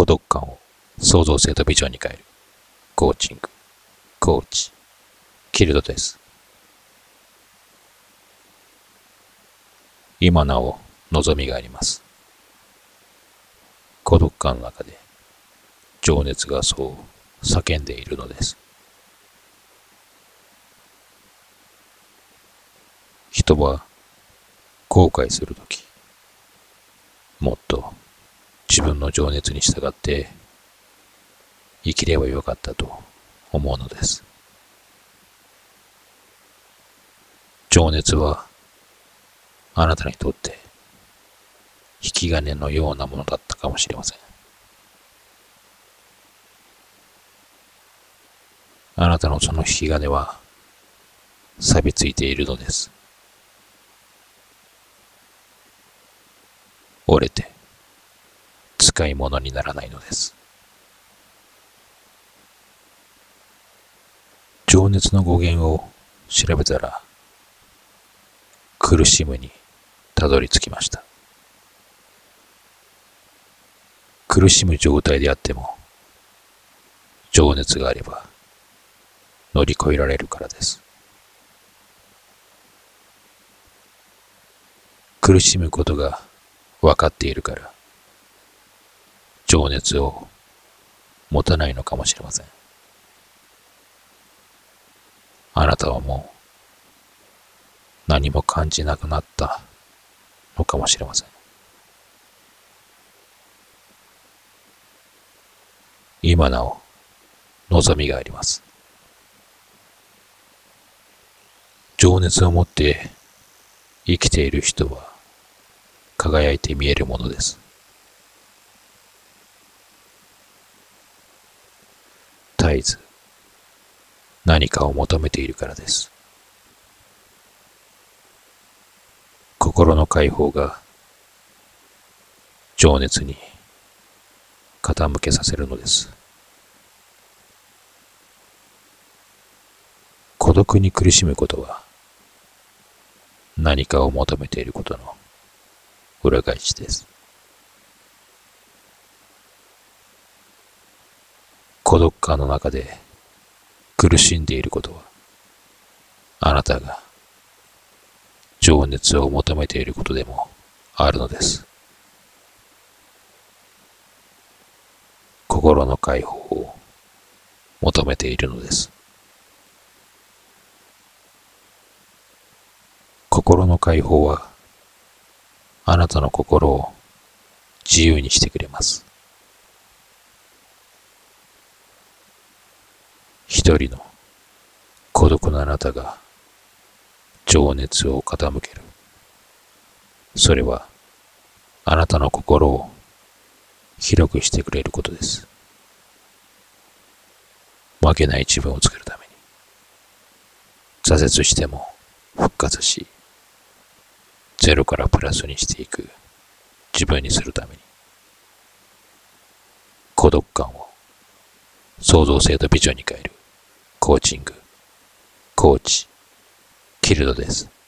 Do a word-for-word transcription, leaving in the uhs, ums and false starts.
独感を創造性とビジョンに変えるコーチング、コーチ、キルドです。今なお望みがあります。孤独感の中で情熱がそう叫んでいるのです。人は後悔するとき、もっと自分の情熱に従って生きればよかったと思うのです。情熱はあなたにとって引き金のようなものだったかもしれません。あなたのその引き金は錆びついているのです。折れて使い物にならないのです。情熱の語源を調べたら苦しむにたどり着きました。苦しむ状態であっても情熱があれば乗り越えられるからです。苦しむことが分かっているから情熱を持たないのかもしれません。あなたはもう何も感じなくなったのかもしれません。今なお望みがあります。情熱を持って生きている人は輝いて見えるものです。絶えず何かを求めているからです。心の解放が情熱に傾けさせるのです。孤独に苦しむことは何かを求めていることの裏返しです。孤独感の中で苦しんでいることはあなたが情熱を求めていることでもあるのです。心の解放を求めているのです。心の解放はあなたの心を自由にしてくれます。一人の孤独なあなたが情熱を傾ける。それはあなたの心を広くしてくれることです。負けない自分を作るために挫折しても復活しゼロからプラスにしていく自分にするために孤独感を創造性とビジョンに変えるコーチング、コーチ、キルドです。